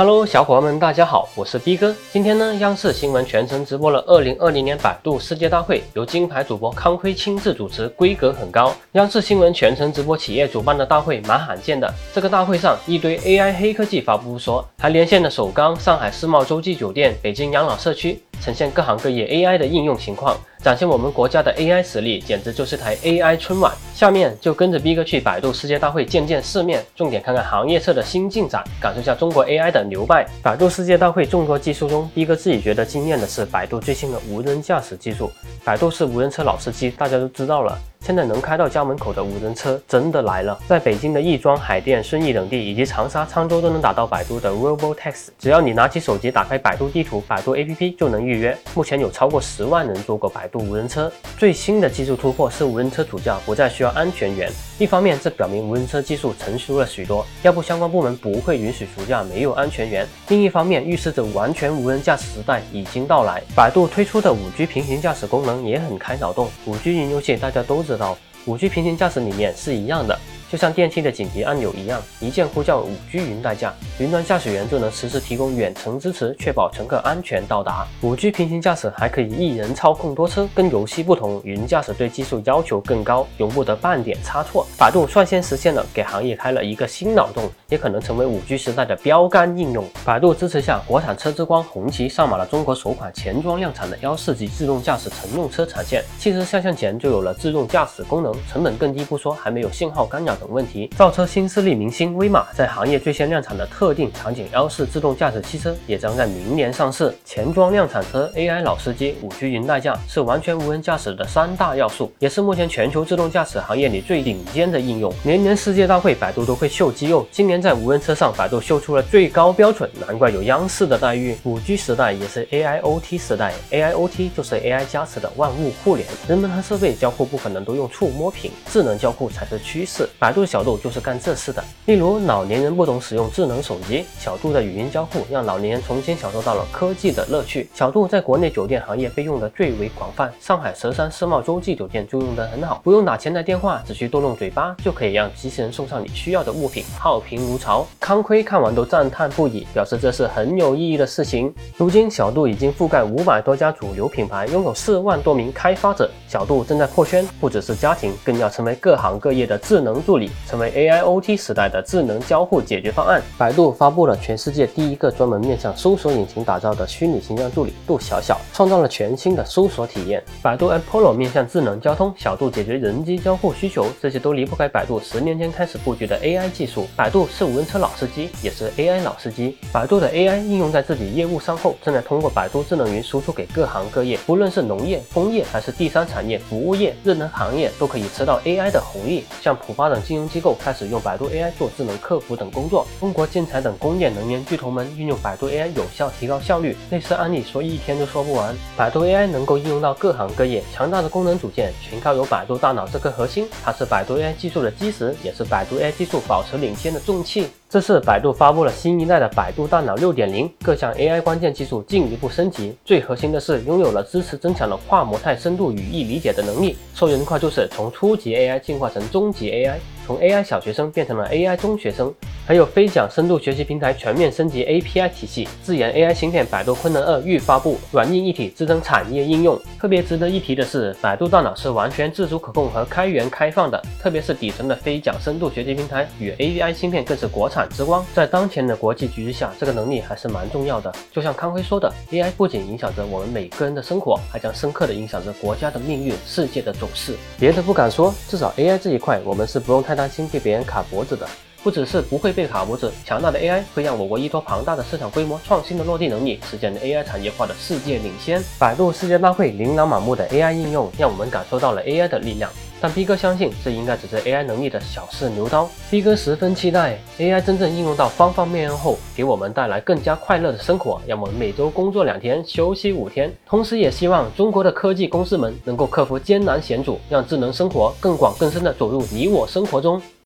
Hello， 小伙伴们，大家好，我是逼哥。今天呢，央视新闻全程直播了2020年百度世界大会，由金牌主播康辉亲自主持，规格很高。央视新闻全程直播企业主办的大会蛮罕见的。这个大会上，一堆 AI 黑科技发布说，还连线了首钢、上海世贸洲际酒店、北京养老社区，呈现各行各业 AI 的应用情况，展现我们国家的 AI 实力，简直就是台 AI 春晚。下面就跟着逼哥去百度世界大会见见世面，重点看看行业侧的新进展，感受一下中国 AI 的牛拜。百度世界大会众多技术中，逼哥自己觉得惊艳的是百度最新的无人驾驶技术。百度是无人车老司机，大家都知道了。现在能开到家门口的无人车真的来了，在北京的亦庄、海淀、顺义等地，以及长沙、沧州都能打到百度的 Robotaxi。只要你拿起手机，打开百度地图、百度 APP 就能预约。目前有超过10万人坐过百度无人车。最新的技术突破是无人车主驾不再需要安全员。一方面，这表明无人车技术成熟了许多，要不相关部门不会允许主驾没有安全员。另一方面，预示着完全无人驾驶时代已经到来。百度推出的 5G 平行驾驶功能也很开脑洞。5G 云游戏大家都知道。5G 平行驾驶里面是一样的，就像电梯的紧急按钮一样，一键呼叫 5G 云代驾，云端驾驶员就能实时提供远程支持，确保乘客安全到达。5G 平行驾驶还可以一人操控多车，跟游戏不同，云驾驶对技术要求更高，永不得半点差错。百度率先实现了，给行业开了一个新脑洞，也可能成为 5G 时代的标杆应用。百度支持下，国产车之光红旗上马了中国首款前装量产的1.4级自动驾驶乘用车产线，汽车下线前就有了自动驾驶功能，成本更低不说，还没有信号干扰等问题。造车新势力明星威马在行业最先量产的特定场景1.4自动驾驶汽车也将在明年上市。前装量产车、AI 老司机、5G 云代驾是完全无人驾驶的3大要素，也是目前全球自动驾驶行业里最顶尖的应用。年年世界大会，百度都会秀肌肉，今年在无人车上，百度秀出了最高标准，难怪有央视的待遇。5G 时代也是 AIoT 时代 ，AIoT 就是 AI 加持的万物互联，人们和设备交互不可能都用触摸屏，智能交互才是趋势。百度小度就是干这事的。例如，老年人不懂使用智能手机，小度的语音交互让老年人重新享受到了科技的乐趣。小度在国内酒店行业被用的最为广泛，上海佘山世贸洲际酒店就用得很好，不用打前台电话，只需动动嘴巴就可以让机器人送上你需要的物品，好评如潮。康辉看完都赞叹不已，表示这是很有意义的事情。如今，小度已经覆盖500多家主流品牌，拥有4万多名开发者。小度正在扩圈，不只是家庭，更要成为各行各业的智能助理，成为 AIoT 时代的智能交互解决方案。百度发布了全世界第一个专门面向搜索引擎打造的虚拟形象助理度小小，创造了全新的搜索体验。百度 Apollo 面向智能交通，小度解决人机交互需求，这些都离不开百度10年前开始布局的 AI 技术。百度是无人车老司机，也是 AI 老司机。百度的 AI 应用在自己业务上后，正在通过百度智能云输出给各行各业，不论是农业、工业还是第三产业、服务业，任何行业都可以吃到 AI 的红利。像普发等金融机构开始用百度 AI 做智能客服等工作，中国建材等工业能源巨头们运用百度 AI 有效提高效率，类似案例说一天都说不完。百度 AI 能够应用到各行各业，强大的功能组件全靠有百度大脑这颗核心，它是百度 AI 技术的基石，也是百度 AI 技术保持领先的重器。这次百度发布了新一代的百度大脑 6.0， 各项 AI 关键技术进一步升级，最核心的是拥有了支持增强的跨模态深度语义理解的能力。说人话就是从初级 AI 进化成中级 AI， 从 AI 小学生变成了 AI 中学生。还有飞讲深度学习平台全面升级 API 体系，自研 AI 芯片百度昆仑2预发布，软硬一体支撑产业应用。特别值得一提的是，百度大脑是完全自主可控和开源开放的，特别是底层的飞讲深度学习平台与 AI 芯片更是国产之光。在当前的国际局势下，这个能力还是蛮重要的。就像康辉说的， AI 不仅影响着我们每个人的生活，还将深刻地影响着国家的命运、世界的走势。别的不敢说，至少 AI 这一块我们是不用太担心被别人卡脖子的。不只是不会被卡脖子，强大的 AI 会让我国依托庞大的市场规模、创新的落地能力，实现 AI 产业化的世界领先。百度世界大会琳琅满目的 AI 应用，让我们感受到了 AI 的力量。但逼哥相信，这应该只是 AI 能力的小试牛刀。逼哥十分期待 AI 真正应用到方方面面后，给我们带来更加快乐的生活，让我们每周工作2天，休息5天。同时也希望中国的科技公司们能够克服艰难险阻，让智能生活更广更深地走入你我生活中。